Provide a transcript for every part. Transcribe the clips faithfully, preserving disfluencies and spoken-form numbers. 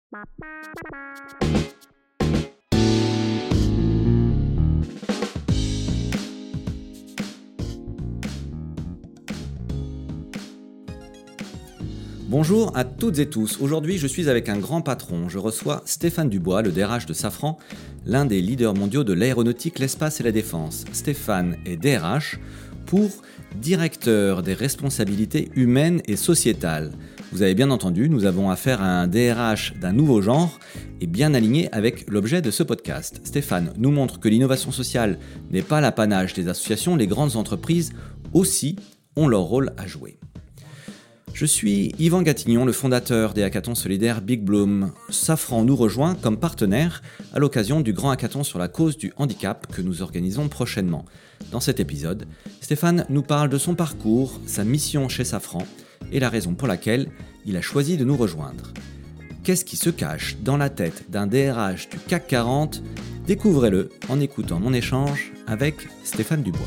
Bonjour à toutes et tous. Aujourd'hui, je suis avec un grand patron. Je reçois Stéphane Dubois, le D R H de Safran, l'un des leaders mondiaux de l'aéronautique, l'espace et la défense. Stéphane est D R H pour directeur des responsabilités humaines et sociétales. Vous avez bien entendu, nous avons affaire à un D R H d'un nouveau genre et bien aligné avec l'objet de ce podcast. Stéphane nous montre que l'innovation sociale n'est pas l'apanage des associations, les grandes entreprises aussi ont leur rôle à jouer. Je suis Yvan Gatignon, le fondateur des hackathons solidaires Big Bloom. Safran nous rejoint comme partenaire à l'occasion du grand hackathon sur la cause du handicap que nous organisons prochainement. Dans cet épisode, Stéphane nous parle de son parcours, sa mission chez Safran et la raison pour laquelle il a choisi de nous rejoindre. Qu'est-ce qui se cache dans la tête d'un D R H du C A C quarante ? Découvrez-le en écoutant mon échange avec Stéphane Dubois.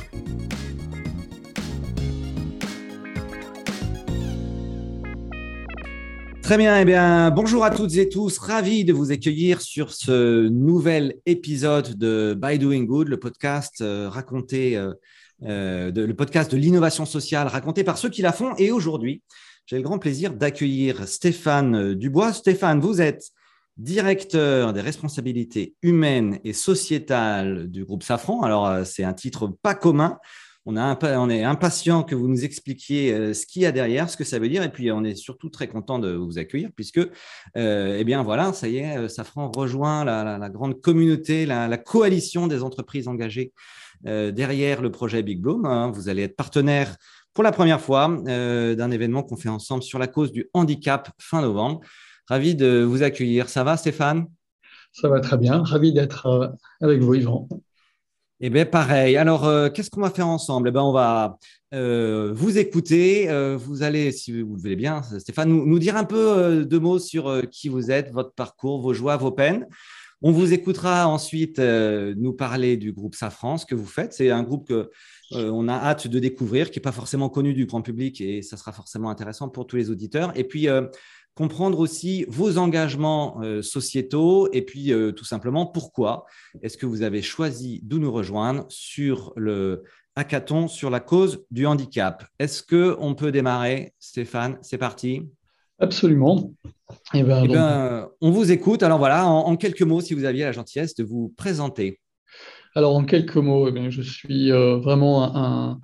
Très bien, eh bien, bonjour à toutes et tous, ravi de vous accueillir sur ce nouvel épisode de By Doing Good, le podcast euh, raconté, euh, euh, de, le podcast de l'innovation sociale raconté par ceux qui la font. Et aujourd'hui, j'ai le grand plaisir d'accueillir Stéphane Dubois. Stéphane, vous êtes directeur des responsabilités humaines et sociétales du groupe Safran. Alors, c'est un titre pas commun. On, a, on est impatient que vous nous expliquiez ce qu'il y a derrière, ce que ça veut dire. Et puis, on est surtout très content de vous accueillir puisque, euh, eh bien, voilà, ça y est, Safran rejoint la, la, la grande communauté, la, la coalition des entreprises engagées euh, derrière le projet Big Bloom. Hein. Vous allez être partenaire pour la première fois euh, d'un événement qu'on fait ensemble sur la cause du handicap fin novembre. Ravi de vous accueillir. Ça va, Stéphane ? Ça va très bien. Ravi d'être avec vous, Yvan. Eh bien, pareil. Alors, euh, qu'est-ce qu'on va faire ensemble ? Eh bien, on va euh, vous écouter. Euh, vous allez, si vous le voulez bien, Stéphane, nous, nous dire un peu euh, deux mots sur euh, qui vous êtes, votre parcours, vos joies, vos peines. On vous écoutera ensuite euh, nous parler du groupe Safran, ce que vous faites. C'est un groupe que euh, on a hâte de découvrir, qui n'est pas forcément connu du grand public et ça sera forcément intéressant pour tous les auditeurs. Et puis, euh, comprendre aussi vos engagements euh, sociétaux et puis euh, tout simplement pourquoi est-ce que vous avez choisi de nous rejoindre sur le hackathon sur la cause du handicap. Est-ce qu'on peut démarrer, Stéphane ? C'est parti. Absolument. Eh ben, eh donc... ben, on vous écoute. Alors voilà, en, en quelques mots, si vous aviez la gentillesse de vous présenter. Alors en quelques mots, eh bien, je suis euh, vraiment un...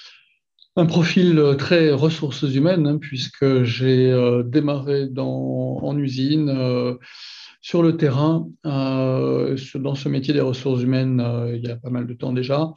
Un profil très ressources humaines, hein, puisque j'ai euh, démarré dans, en usine, euh, sur le terrain, euh, dans ce métier des ressources humaines, euh, il y a pas mal de temps déjà.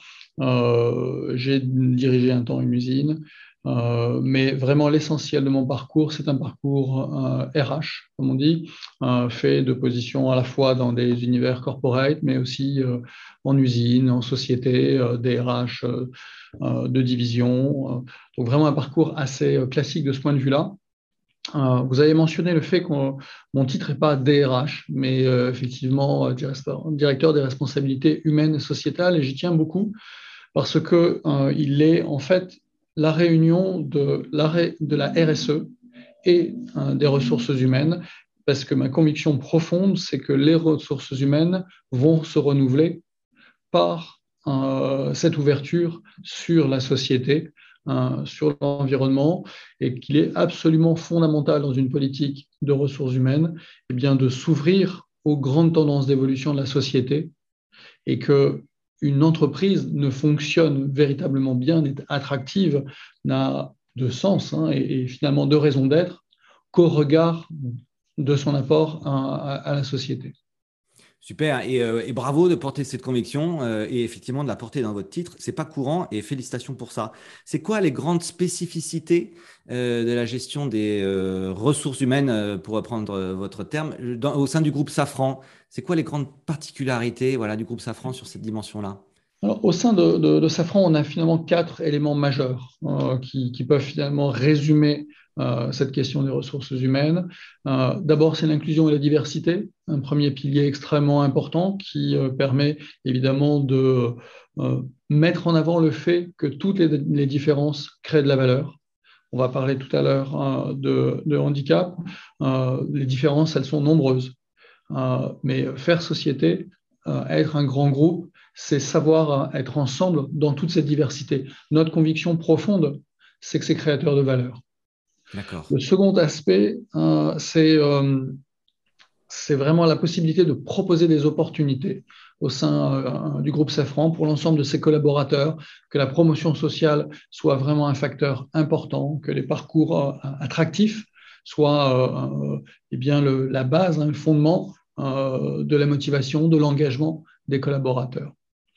Euh, j'ai dirigé un temps une usine, euh, mais vraiment l'essentiel de mon parcours, c'est un parcours euh, R H, comme on dit, euh, fait de positions à la fois dans des univers corporate, mais aussi euh, en usine, en société, euh, des R H euh, euh, de division. Donc vraiment un parcours assez euh, classique de ce point de vue-là. Euh, vous avez mentionné le fait que mon titre n'est pas D R H, mais euh, effectivement euh, directeur des responsabilités humaines et sociétales, et j'y tiens beaucoup parce qu'il euh, est en fait la réunion de, de la R S E et euh, des ressources humaines, parce que ma conviction profonde, c'est que les ressources humaines vont se renouveler par euh, cette ouverture sur la société, euh, sur l'environnement, et qu'il est absolument fondamental dans une politique de ressources humaines eh bien, de s'ouvrir aux grandes tendances d'évolution de la société, et qu'une entreprise ne fonctionne véritablement bien, n'est attractive, n'a de sens hein, et, et finalement de raison d'être qu'au regard de son apport à, à, à la société. Super, et, euh, et bravo de porter cette conviction euh, et effectivement de la porter dans votre titre. C'est pas courant et félicitations pour ça. C'est quoi les grandes spécificités euh, de la gestion des euh, ressources humaines, euh, pour reprendre euh, votre terme, dans, au sein du groupe Safran ? C'est quoi les grandes particularités voilà, du groupe Safran sur cette dimension-là ? Alors, au sein de, de, de Safran, on a finalement quatre éléments majeurs euh, qui, qui peuvent finalement résumer euh, cette question des ressources humaines. Euh, d'abord, c'est l'inclusion et la diversité, un premier pilier extrêmement important qui euh, permet évidemment de euh, mettre en avant le fait que toutes les, les différences créent de la valeur. On va parler tout à l'heure euh, de, de handicap. Euh, les différences, elles sont nombreuses. Euh, mais faire société, euh, être un grand groupe, c'est savoir euh, être ensemble dans toute cette diversité. Notre conviction profonde, c'est que c'est créateur de valeur. D'accord. Le second aspect, euh, c'est euh, c'est vraiment la possibilité de proposer des opportunités au sein euh, du groupe Safran pour l'ensemble de ses collaborateurs, que la promotion sociale soit vraiment un facteur important, que les parcours euh, attractifs soient euh, eh bien le, la base, hein, le fondement euh, de la motivation, de l'engagement des collaborateurs.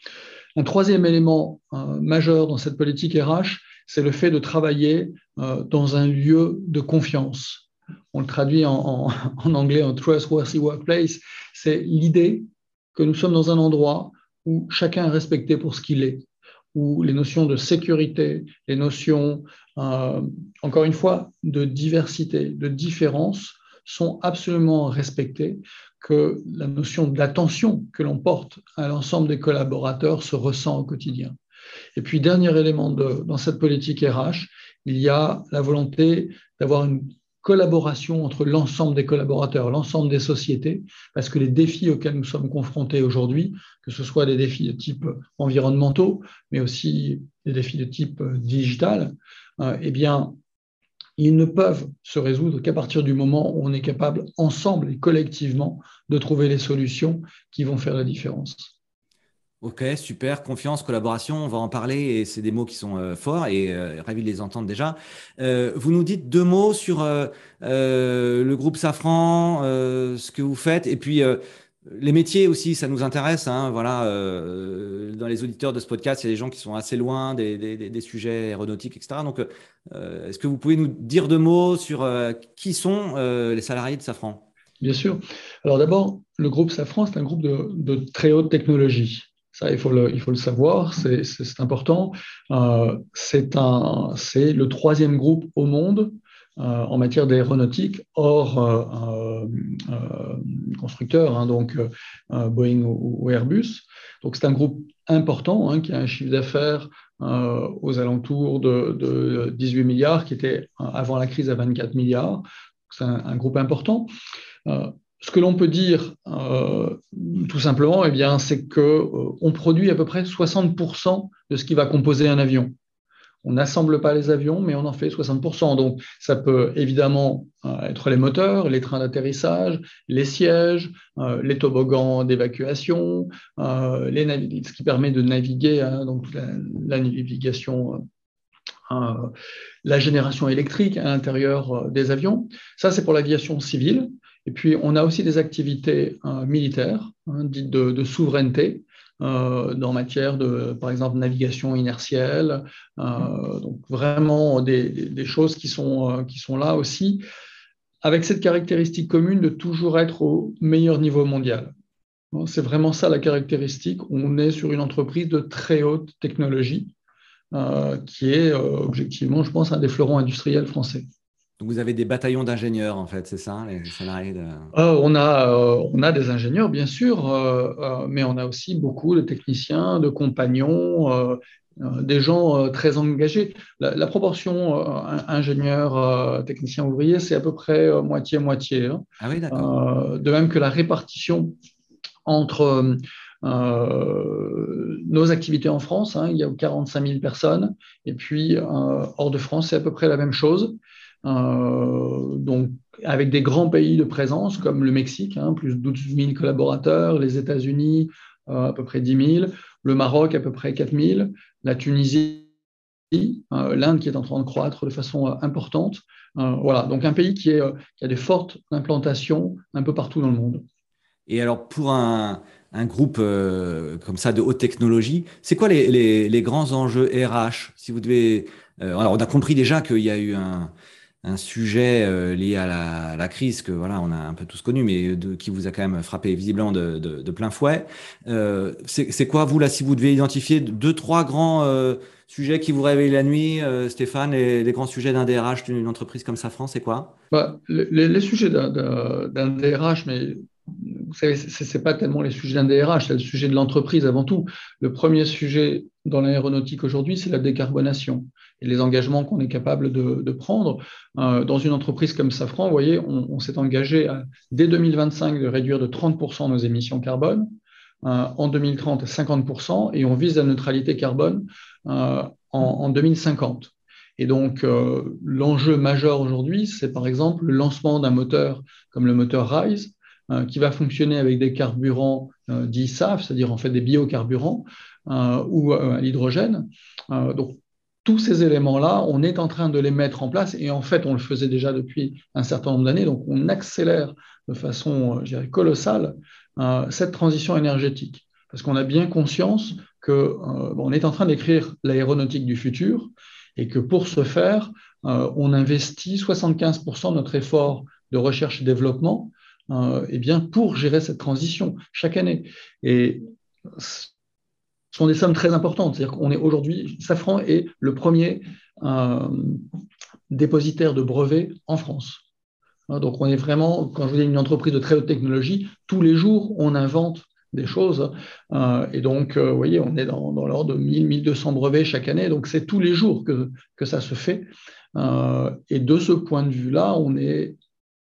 Un troisième élément euh, majeur dans cette politique R H, c'est le fait de travailler euh, dans un lieu de confiance. On le traduit en, en, en anglais en trustworthy workplace. C'est l'idée que nous sommes dans un endroit où chacun est respecté pour ce qu'il est, où les notions de sécurité, les notions, euh, encore une fois, de diversité, de différence sont absolument respectées, que la notion d'attention que l'on porte à l'ensemble des collaborateurs se ressent au quotidien. Et puis, dernier élément de, dans cette politique R H, il y a la volonté d'avoir une collaboration entre l'ensemble des collaborateurs, l'ensemble des sociétés, parce que les défis auxquels nous sommes confrontés aujourd'hui, que ce soit des défis de type environnementaux, mais aussi des défis de type digital, euh, eh bien, ils ne peuvent se résoudre qu'à partir du moment où on est capable, ensemble et collectivement, de trouver les solutions qui vont faire la différence. Ok, super, confiance, collaboration, on va en parler et c'est des mots qui sont euh, forts et euh, ravi de les entendre déjà. Euh, vous nous dites deux mots sur euh, euh, le groupe Safran, euh, ce que vous faites et puis euh, les métiers aussi, ça nous intéresse. Hein, voilà, euh, dans les auditeurs de ce podcast, il y a des gens qui sont assez loin des, des, des sujets aéronautiques, et cetera. Donc, euh, est-ce que vous pouvez nous dire deux mots sur euh, qui sont euh, les salariés de Safran? Bien sûr. Alors d'abord, le groupe Safran, c'est un groupe de, de très haute technologie. Ça, il faut le, il faut le savoir, c'est, c'est important. Euh, c'est un, c'est le troisième groupe au monde euh, en matière d'aéronautique, hors euh, euh, constructeurs, hein, donc euh, Boeing ou, ou Airbus. Donc c'est un groupe important hein, qui a un chiffre d'affaires euh, aux alentours de, de dix-huit milliards, qui était avant la crise à vingt-quatre milliards. C'est un, un groupe important. Euh, ce que l'on peut dire, euh, tout simplement, eh bien, c'est qu'on euh, produit à peu près soixante pour cent de ce qui va composer un avion. On n'assemble pas les avions, mais on en fait soixante pour cent. Donc, ça peut évidemment euh, être les moteurs, les trains d'atterrissage, les sièges, euh, les toboggans d'évacuation, euh, les navi- ce qui permet de naviguer, hein, donc la, la navigation, euh, la génération électrique à l'intérieur des avions. Ça, c'est pour l'aviation civile. Et puis, on a aussi des activités euh, militaires, hein, dites de, de souveraineté, euh, dans matière de, par exemple, navigation inertielle. Euh, donc, vraiment des, des choses qui sont, euh, qui sont là aussi, avec cette caractéristique commune de toujours être au meilleur niveau mondial. C'est vraiment ça la caractéristique. On est sur une entreprise de très haute technologie, euh, qui est euh, objectivement, je pense, un des fleurons industriels français. Donc, vous avez des bataillons d'ingénieurs, en fait, c'est ça, les salariés de... Euh, on a, euh, on a des ingénieurs, bien sûr, euh, euh, mais on a aussi beaucoup de techniciens, de compagnons, euh, euh, des gens euh, très engagés. La, la proportion euh, ingénieur, euh, technicien, ouvrier, c'est à peu près euh, moitié-moitié. Hein. Ah oui, d'accord. Euh, de même que la répartition entre euh, nos activités en France, hein, il y a quarante-cinq mille personnes, et puis euh, hors de France, c'est à peu près la même chose. Euh, donc, avec des grands pays de présence comme le Mexique, hein, plus de douze mille collaborateurs, les États-Unis, euh, à peu près dix mille, le Maroc, à peu près quatre mille, la Tunisie, euh, l'Inde qui est en train de croître de façon euh, importante. Euh, voilà, donc un pays qui, est, euh, qui a des fortes implantations un peu partout dans le monde. Et alors, pour un, un groupe euh, comme ça de haute technologie, c'est quoi les, les, les grands enjeux R H? Si vous devez, euh, alors, on a compris déjà qu'il y a eu un, un sujet euh, lié à la, à la crise que voilà, on a un peu tous connu, mais de, qui vous a quand même frappé visiblement de, de, de plein fouet. Euh, c'est, c'est quoi, vous, là, si vous devez identifier deux, trois grands euh, sujets qui vous réveillent la nuit, euh, Stéphane, les, les grands sujets d'un D R H d'une entreprise comme Safran, c'est quoi? Bah, les, les sujets d'un, d'un, d'un D R H, mais vous savez, ce n'est pas tellement les sujets d'un D R H, c'est le sujet de l'entreprise avant tout. Le premier sujet dans l'aéronautique aujourd'hui, c'est la décarbonation. et les engagements qu'on est capable de, de prendre. Euh, dans une entreprise comme Safran, vous voyez, on, on s'est engagé à, dès deux mille vingt-cinq de réduire de trente pour cent nos émissions carbone, euh, en deux mille trente à cinquante pour cent, et on vise la neutralité carbone euh, en, en deux mille cinquante. Et donc, euh, l'enjeu majeur aujourd'hui, c'est par exemple le lancement d'un moteur comme le moteur RISE, euh, qui va fonctionner avec des carburants euh, dits S A F, c'est-à-dire en fait des biocarburants, euh, ou euh, à l'hydrogène. Euh, donc, tous ces éléments-là, on est en train de les mettre en place, et en fait, on le faisait déjà depuis un certain nombre d'années, donc on accélère de façon, je dirais, colossale euh, cette transition énergétique, parce qu'on a bien conscience qu'on euh, est en train d'écrire l'aéronautique du futur, et que pour ce faire, euh, on investit soixante-quinze pour cent de notre effort de recherche et développement euh, eh bien, pour gérer cette transition chaque année. Et ce sont des sommes très importantes. C'est-à-dire qu'on est aujourd'hui, Safran est le premier euh, dépositaire de brevets en France. Donc, on est vraiment, quand je vous dis une entreprise de très haute technologie, tous les jours, on invente des choses. Euh, et donc, euh, vous voyez, on est dans, dans l'ordre de mille, mille deux cents brevets chaque année. Donc, c'est tous les jours que, que ça se fait. Euh, et de ce point de vue-là, on, est,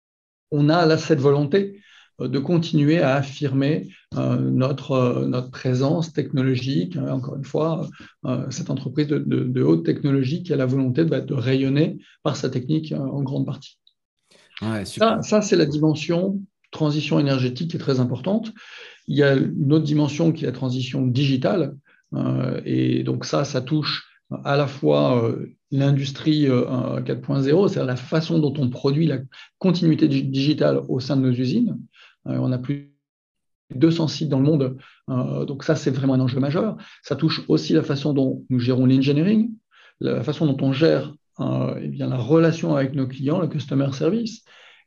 on a là cette volonté de continuer à affirmer euh, notre, euh, notre présence technologique. Euh, encore une fois, euh, cette entreprise de, de, de haute technologie qui a la volonté de, de rayonner par sa technique euh, en grande partie. Ouais, Ça, super. ça c'est la dimension transition énergétique qui est très importante. Il y a une autre dimension qui est la transition digitale. Euh, et donc ça, ça touche à la fois euh, l'industrie euh, quatre point zéro, c'est-à-dire la façon dont on produit la continuité digitale au sein de nos usines. Euh, on a plus de deux cents sites dans le monde, euh, donc ça, c'est vraiment un enjeu majeur. Ça touche aussi la façon dont nous gérons l'engineering, la façon dont on gère euh, eh bien, la relation avec nos clients, le customer service,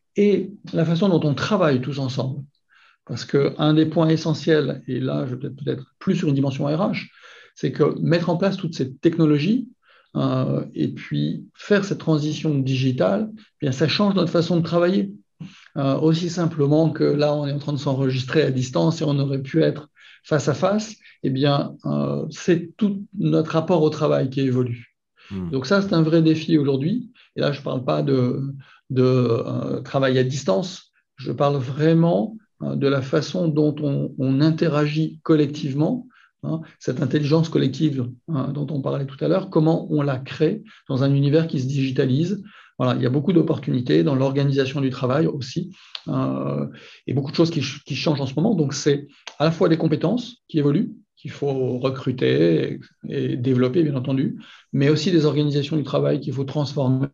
et la façon dont on travaille tous ensemble. Parce qu'un des points essentiels, et là je vais peut-être peut-être plus sur une dimension R H, c'est que mettre en place toutes ces technologies euh, et puis faire cette transition digitale, eh bien, ça change notre façon de travailler. Euh, aussi simplement que là, on est en train de s'enregistrer à distance et on aurait pu être face à face, eh bien, euh, c'est tout notre rapport au travail qui évolue. Hmm. Donc ça, c'est un vrai défi aujourd'hui. Et là, je ne parle pas de, de euh, travail à distance, je parle vraiment euh, de la façon dont on, on interagit collectivement, hein, cette intelligence collective hein, dont on parlait tout à l'heure, comment on la crée dans un univers qui se digitalise. Voilà, il y a beaucoup d'opportunités dans l'organisation du travail aussi, euh, et beaucoup de choses qui, qui changent en ce moment. Donc, c'est à la fois des compétences qui évoluent, qu'il faut recruter et, et développer, bien entendu, mais aussi des organisations du travail qu'il faut transformer.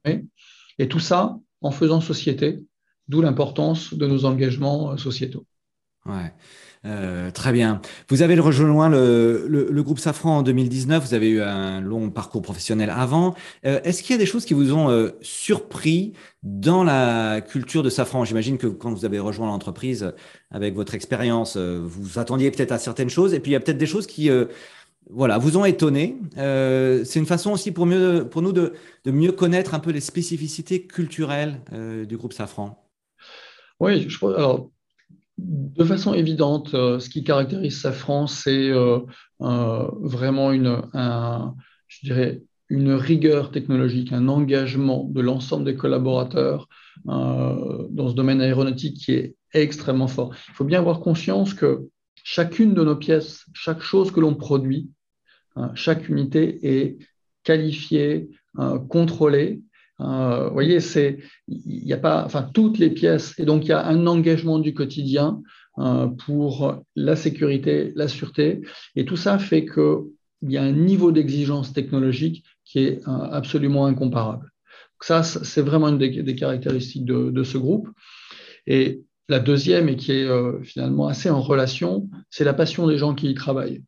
Et tout ça en faisant société, d'où l'importance de nos engagements sociétaux. Ouais. Euh, très bien. Vous avez rejoint le, le, le groupe Safran en deux mille dix-neuf. Vous avez eu un long parcours professionnel avant. Euh, est-ce qu'il y a des choses qui vous ont euh, surpris dans la culture de Safran? J'imagine que quand vous avez rejoint l'entreprise avec votre expérience, euh, vous attendiez peut-être à certaines choses. Et puis il y a peut-être des choses qui euh, voilà, vous ont étonné. Euh, c'est une façon aussi pour, mieux, pour nous de, de mieux connaître un peu les spécificités culturelles euh, du groupe Safran. Oui, je, alors, de façon évidente, euh, ce qui caractérise Safran, c'est euh, euh, vraiment une, un, je dirais, une rigueur technologique, un engagement de l'ensemble des collaborateurs euh, dans ce domaine aéronautique qui est extrêmement fort. Il faut bien avoir conscience que chacune de nos pièces, chaque chose que l'on produit, hein, chaque unité est qualifiée, euh, contrôlée. Euh, vous voyez, c'est, il n'y a pas, enfin, toutes les pièces, et donc il y a un engagement du quotidien euh, pour la sécurité, la sûreté, et tout ça fait qu'il y a un niveau d'exigence technologique qui est euh, absolument incomparable. Donc ça, c'est vraiment une des, des caractéristiques de, de, ce groupe. Et la deuxième, et qui est euh, finalement assez en relation, c'est la passion des gens qui y travaillent.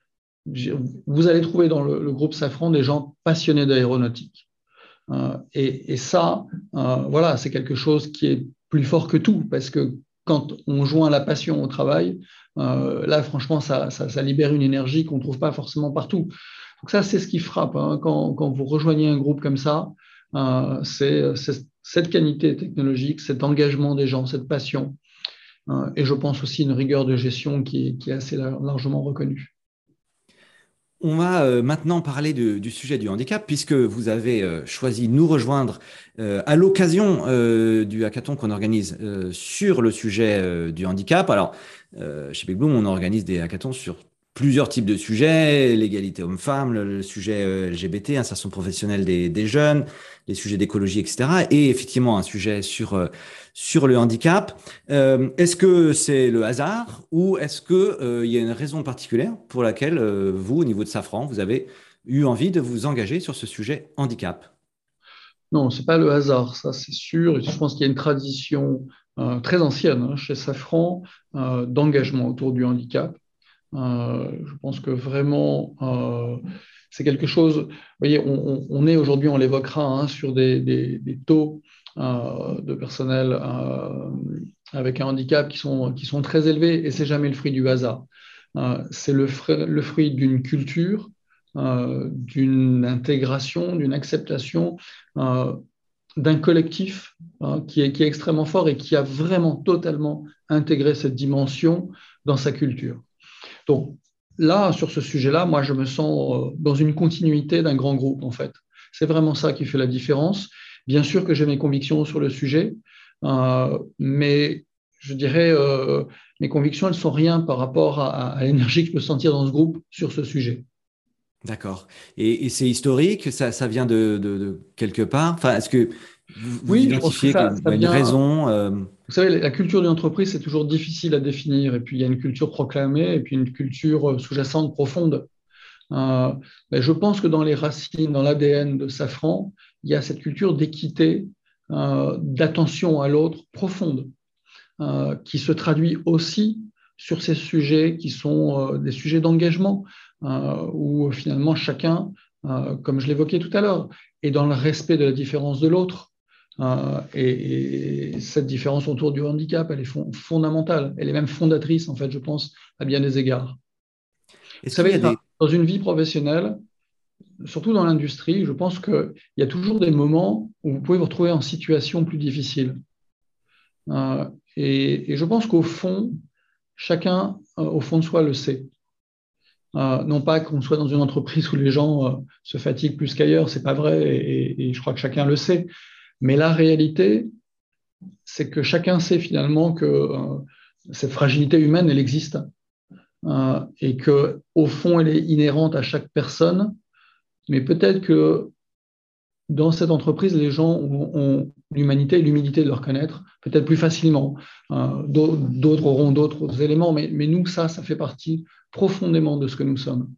Vous allez trouver dans le, le groupe Safran des gens passionnés d'aéronautique. Euh, et, et ça, euh, voilà, c'est quelque chose qui est plus fort que tout, parce que quand on joint la passion au travail, euh, là, franchement, ça, ça, ça libère une énergie qu'on ne trouve pas forcément partout. Donc ça, c'est ce qui frappe hein, quand, quand, vous rejoignez un groupe comme ça, euh, c'est cette qualité technologique, cet engagement des gens, cette passion, euh, et je pense aussi une rigueur de gestion qui, qui est assez largement reconnue. On va euh, maintenant parler de- du sujet du handicap, puisque vous avez euh, choisi de nous rejoindre euh, à l'occasion euh, du hackathon qu'on organise euh, sur le sujet euh, du handicap. Alors, euh, chez Big Bloom, on organise des hackathons sur plusieurs types de sujets, l'égalité homme-femme, le, le sujet euh, L G B T, insertion professionnelle des, des jeunes, les sujets d'écologie, et cetera. Et effectivement, un sujet sur, euh, sur le handicap. Euh, est-ce que c'est le hasard ou est-ce que, euh, il y a une raison particulière pour laquelle euh, vous, au niveau de Safran, vous avez eu envie de vous engager sur ce sujet handicap? Non, c'est pas le hasard, ça c'est sûr. Et je pense qu'il y a une tradition euh, très ancienne hein, chez Safran euh, d'engagement autour du handicap. Euh, je pense que vraiment, euh, c'est quelque chose. Vous voyez, on, on- on est aujourd'hui, on l'évoquera, hein, sur des, des- des taux euh, de personnel euh, avec un handicap qui sont, qui sont très élevés, et c'est jamais le fruit du hasard. Euh, c'est le, fr- le fruit d'une culture, euh, d'une intégration, d'une acceptation, euh, d'un collectif hein, qui est, qui est extrêmement fort et qui a vraiment totalement intégré cette dimension dans sa culture. Donc là, sur ce sujet-là, moi, je me sens euh, dans une continuité d'un grand groupe, en fait. C'est vraiment ça qui fait la différence. Bien sûr que j'ai mes convictions sur le sujet, euh, mais je dirais, euh, mes convictions, elles ne sont rien par rapport à, à l'énergie que je peux sentir dans ce groupe sur ce sujet. D'accord. Et, et c'est historique, ça, ça vient de, de- de quelque part. Enfin, est-ce que vous, vous Oui, je pense que identifiez qu'il ça, y ça a une vient. raison? euh, Vous savez, la culture d'une entreprise, c'est toujours difficile à définir. Et puis, il y a une culture proclamée et puis une culture euh, sous-jacente profonde. Euh, mais je pense que dans les racines, dans l'A D N de Safran, il y a cette culture d'équité, euh, d'attention à l'autre profonde, euh, qui se traduit aussi sur ces sujets qui sont euh, des sujets d'engagement, euh, où finalement chacun, euh, comme je l'évoquais tout à l'heure, est dans le respect de la différence de l'autre. Euh, et, et, cette différence autour du handicap, elle est fond, fondamentale, elle est même fondatrice, en fait, je pense, à bien des égards. Vous Est-ce qu'il y savez, a des... dans une vie professionnelle, surtout dans l'industrie, je pense qu'il y a toujours des moments où vous pouvez vous retrouver en situation plus difficile. Euh, et, et, je pense qu'au fond, chacun, euh, au fond de soi, le sait. Euh, non pas qu'on soit dans une entreprise où les gens euh, se fatiguent plus qu'ailleurs, c'est pas vrai, et, et, je crois que chacun le sait. Mais la réalité, c'est que chacun sait finalement que euh, cette fragilité humaine, elle existe, euh, et que au fond, elle est inhérente à chaque personne. Mais peut-être que dans cette entreprise, les gens ont, ont l'humanité et l'humilité de le reconnaître, peut-être plus facilement. Euh, d'autres auront d'autres éléments, mais, mais nous, ça, ça fait partie profondément de ce que nous sommes.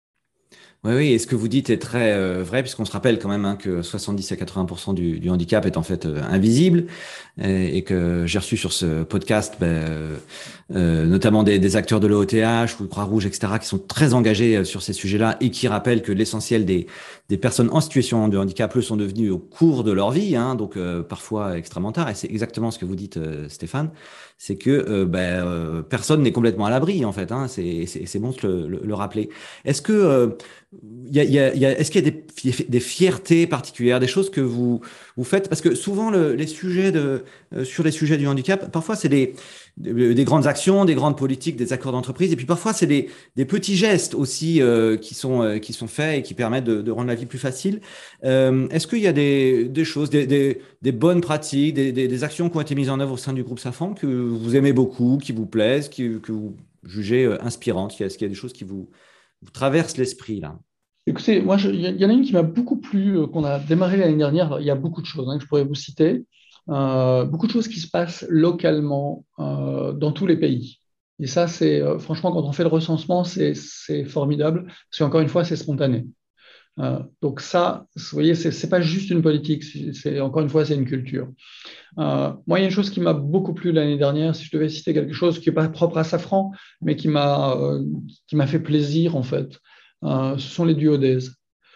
Oui, oui, et ce que vous dites est très euh, vrai, puisqu'on se rappelle quand même hein, que soixante-dix à quatre-vingts pour cent du, du handicap est en fait euh, invisible, et, et que j'ai reçu sur ce podcast ben, euh, euh, notamment des, des acteurs de l'O E T H ou Croix-Rouge, et cetera, qui sont très engagés euh, sur ces sujets-là et qui rappellent que l'essentiel des, des personnes en situation de handicap le sont devenues au cours de leur vie, hein, donc euh, parfois extrêmement tard, et c'est exactement ce que vous dites, euh, Stéphane, c'est que euh, ben, euh, personne n'est complètement à l'abri, en fait, hein, c'est c'est- c'est bon de le, le, le rappeler. Est-ce que... euh, il y a, il y a- il y a- est-ce qu'il y a des, fi- des fiertés particulières, des choses que vous, vous faites? Parce que souvent, le- les sujets de, euh, sur les sujets du handicap, parfois, c'est des, des, des grandes actions, des grandes politiques, des accords d'entreprise, et puis parfois, c'est des, des petits gestes aussi euh, qui sont, euh, qui sont faits et qui permettent de, de rendre la vie plus facile. Euh, est-ce qu'il y a des, des choses, des, des, des bonnes pratiques, des, des, des actions qui ont été mises en œuvre au sein du groupe Safran que vous aimez beaucoup, qui vous plaisent, qui, que vous jugez euh, inspirantes? Est-ce qu'il y a des choses qui vous, vous traversent l'esprit là? Écoutez, moi, je- il y, y en a une qui m'a beaucoup plu, euh, qu'on a démarré l'année dernière. Alors, il y a beaucoup de choses hein, que je pourrais vous citer. Euh, beaucoup de choses qui se passent localement euh, dans tous les pays. Et ça, c'est euh, franchement, quand on fait le recensement, c'est c'est formidable, parce qu'encore une fois, c'est spontané. Euh, donc ça, vous voyez, c'est c'est pas juste une politique, c'est c'est- encore une fois, c'est une culture. Euh, moi, il y a une chose qui m'a beaucoup plu l'année dernière, si je devais citer quelque chose qui n'est pas propre à Safran, mais qui m'a euh, qui m'a fait plaisir en fait, euh, ce sont les duodèses.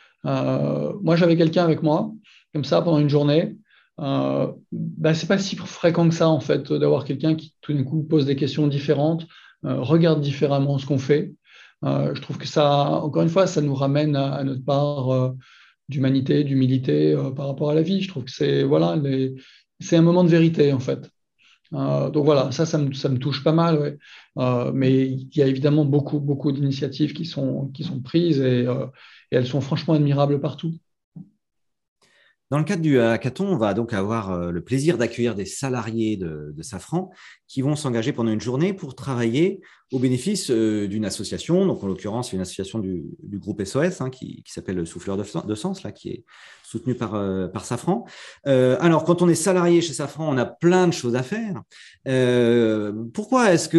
Euh, moi, j'avais quelqu'un avec moi, comme ça, pendant une journée. Euh, ben, c'est pas si fréquent que ça en fait d'avoir quelqu'un qui tout d'un coup pose des questions différentes, euh, regarde différemment ce qu'on fait. Euh, je trouve que ça, encore une fois, ça nous ramène à, à notre part euh, d'humanité, d'humilité euh, par rapport à la vie. Je trouve que c'est voilà, les- c'est un moment de vérité en fait. Euh, donc voilà, ça, ça me, ça me touche pas mal, ouais. Euh, mais il y a évidemment beaucoup, beaucoup d'initiatives qui sont, qui sont prises et, euh, et elles sont franchement admirables partout. Dans le cadre du hackathon, on va donc avoir euh, le plaisir d'accueillir des salariés de, de Safran qui vont s'engager pendant une journée pour travailler au bénéfice euh, d'une association. Donc, en l'occurrence, c'est une association du, du groupe S O S hein, qui, qui s'appelle Souffleur de, de Sens, là, qui est soutenue par, euh, par Safran. Euh, alors, quand on est salarié chez Safran, on a plein de choses à faire. Euh, pourquoi est-ce que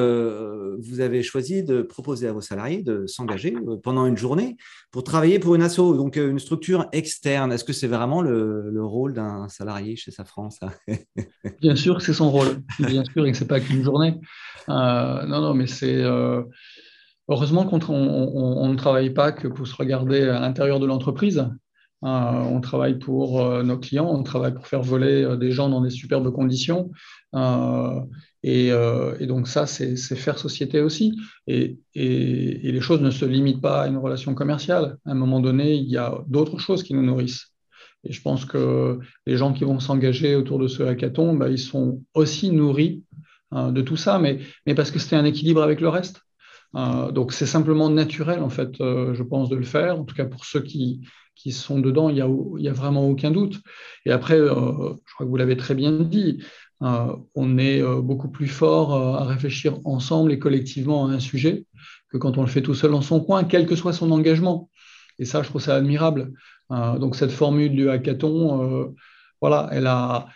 euh, vous avez choisi de proposer à vos salariés de s'engager euh, pendant une journée pour travailler pour une asso, donc euh, une structure externe? Est-ce que c'est vraiment le, le rôle d'un salarié chez Safran, ça? Bien sûr que c'est son rôle, bien sûr, et que c'est pas qu'une journée. Euh, non, non, mais c'est euh, heureusement qu'on on, on- on ne travaille pas que pour se regarder à l'intérieur de l'entreprise. Euh, on travaille pour euh, nos clients, on travaille pour faire voler euh, des gens dans des superbes conditions. Euh, et, euh, et donc ça, c'est c'est faire société aussi. Et, et- et les choses ne se limitent pas à une relation commerciale. À un moment donné, il y a d'autres choses qui nous nourrissent. Et je pense que les gens qui vont s'engager autour de ce hackathon, bah, ils sont aussi nourris euh, de tout ça, mais, mais parce que c'était un équilibre avec le reste. Euh, donc c'est simplement naturel, en fait, euh, je pense, de le faire. En tout cas, pour ceux qui, qui sont dedans, il n'y a, il y a vraiment aucun doute. Et après, euh, je crois que vous l'avez très bien dit, euh, on est euh, beaucoup plus fort euh, à réfléchir ensemble et collectivement à un sujet que quand on le fait tout seul dans son coin, quel que soit son engagement. Et ça, je trouve ça admirable. Euh, donc cette formule du hackathon, euh, voilà, elle a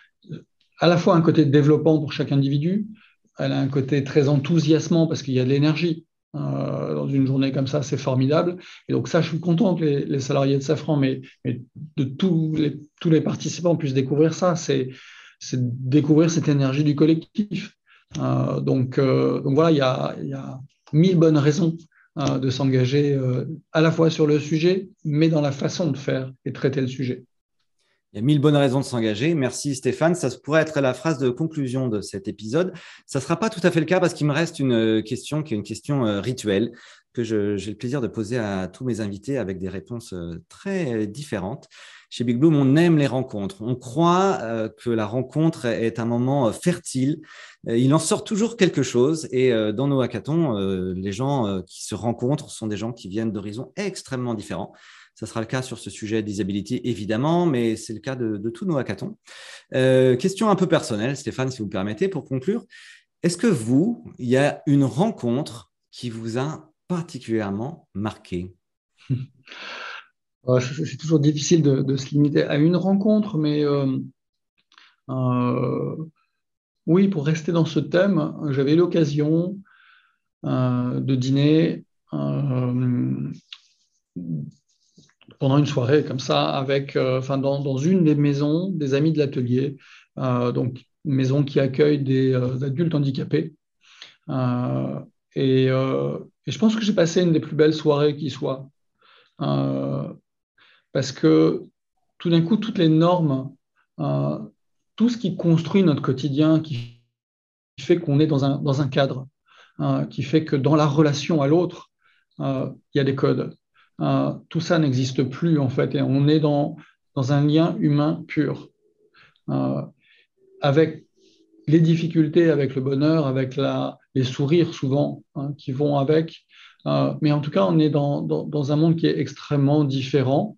à la fois un côté développant pour chaque individu, elle a un côté très enthousiasmant parce qu'il y a de l'énergie. Euh, dans une journée comme ça, c'est formidable. Et donc ça, je suis content que les, les salariés de Safran, mais, mais de tous les, tous les participants puissent découvrir ça, c'est, c'est découvrir cette énergie du collectif. Euh, donc, euh, donc voilà, il y a, il y a mille bonnes raisons euh, de s'engager euh, à la fois sur le sujet, mais dans la façon de faire et traiter le sujet. Il y a mille bonnes raisons de s'engager. Merci Stéphane. Ça pourrait être la phrase de conclusion de cet épisode. Ça ne sera pas tout à fait le cas parce qu'il me reste une question qui est une question euh, rituelle que je, j'ai le plaisir de poser à tous mes invités avec des réponses euh, très différentes. Chez Big Bloom, on aime les rencontres. On croit euh, que la rencontre est un moment euh, fertile. Euh, il en sort toujours quelque chose. Et euh, dans nos hackathons, euh, les gens euh, qui se rencontrent sont des gens qui viennent d'horizons extrêmement différents. Ça sera le cas sur ce sujet disability, évidemment, mais c'est le cas de, de tous nos hackathons. Euh, question un peu personnelle, Stéphane, si vous me permettez, pour conclure. Est-ce que vous, il y a une rencontre qui vous a particulièrement marqué? Euh, C'est toujours difficile de, de se limiter à une rencontre, mais euh, euh, oui, pour rester dans ce thème, j'avais eu l'occasion euh, de dîner euh, pendant une soirée comme ça, avec, euh, enfin, dans, dans une des maisons des amis de l'atelier, euh, donc une maison qui accueille des euh, adultes handicapés. Euh, et, euh, et je pense que j'ai passé une des plus belles soirées qui soit, euh, parce que tout d'un coup, toutes les normes, euh, tout ce qui construit notre quotidien, qui fait qu'on est dans un, dans un cadre, euh, qui fait que dans la relation à l'autre, euh, il y a des codes. Euh, tout ça n'existe plus, en fait, et on est dans, dans un lien humain pur, euh, avec les difficultés, avec le bonheur, avec la, les sourires souvent hein, qui vont avec. Euh, mais en tout cas, on est dans, dans, dans un monde qui est extrêmement différent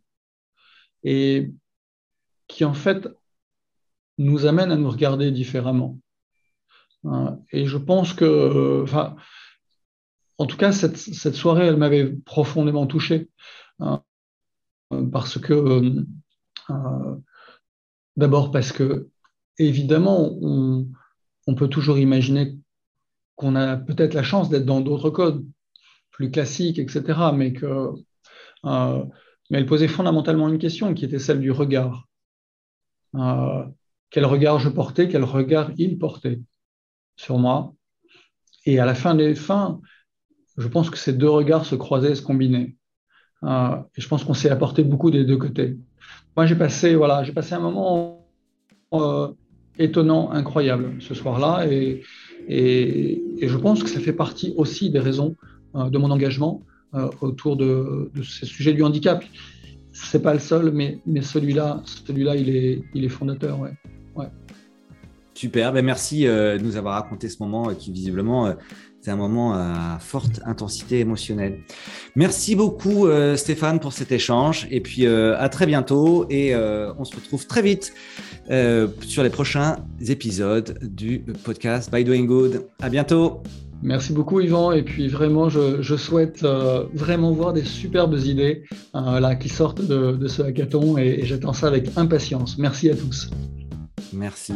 et qui, en fait, nous amène à nous regarder différemment. Euh, et je pense que, enfin, en tout cas, cette, cette soirée, elle m'avait profondément touché. Euh, parce que, euh, d'abord parce que, évidemment, on, on peut toujours imaginer qu'on a peut-être la chance d'être dans d'autres codes plus classiques, et cetera. Mais que, euh, mais elle posait fondamentalement une question qui était celle du regard. Euh, quel regard je portais, quel regard il portait sur moi. Et à la fin des fins, je pense que ces deux regards se croisaient, se combinaient. Euh, et je pense qu'on s'est apporté beaucoup des deux côtés. Moi, j'ai passé, voilà, j'ai passé un moment euh, étonnant, incroyable ce soir-là, et, et, et, je pense que ça fait partie aussi des raisons euh, de mon engagement euh, autour de, de ces sujets du handicap. C'est pas le seul, mais, mais celui-là, celui-là, il est, il est fondateur, ouais. Ouais. Super, ben merci euh, de nous avoir raconté ce moment euh, qui visiblement euh, c'est un moment à forte intensité émotionnelle. Merci beaucoup euh, Stéphane pour cet échange et puis euh, à très bientôt et euh, on se retrouve très vite euh, sur les prochains épisodes du podcast By Doing Good. À bientôt. Merci beaucoup Yvan et puis vraiment je, je souhaite euh, vraiment voir des superbes idées euh, là, qui sortent de, de ce hackathon et, et j'attends ça avec impatience. Merci à tous. Merci.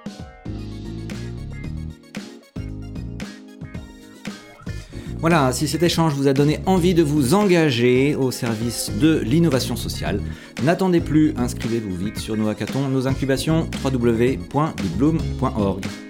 Voilà, si cet échange vous a donné envie de vous engager au service de l'innovation sociale, n'attendez plus, inscrivez-vous vite sur nos hackathons, nos incubations, w w w point big bloom point org.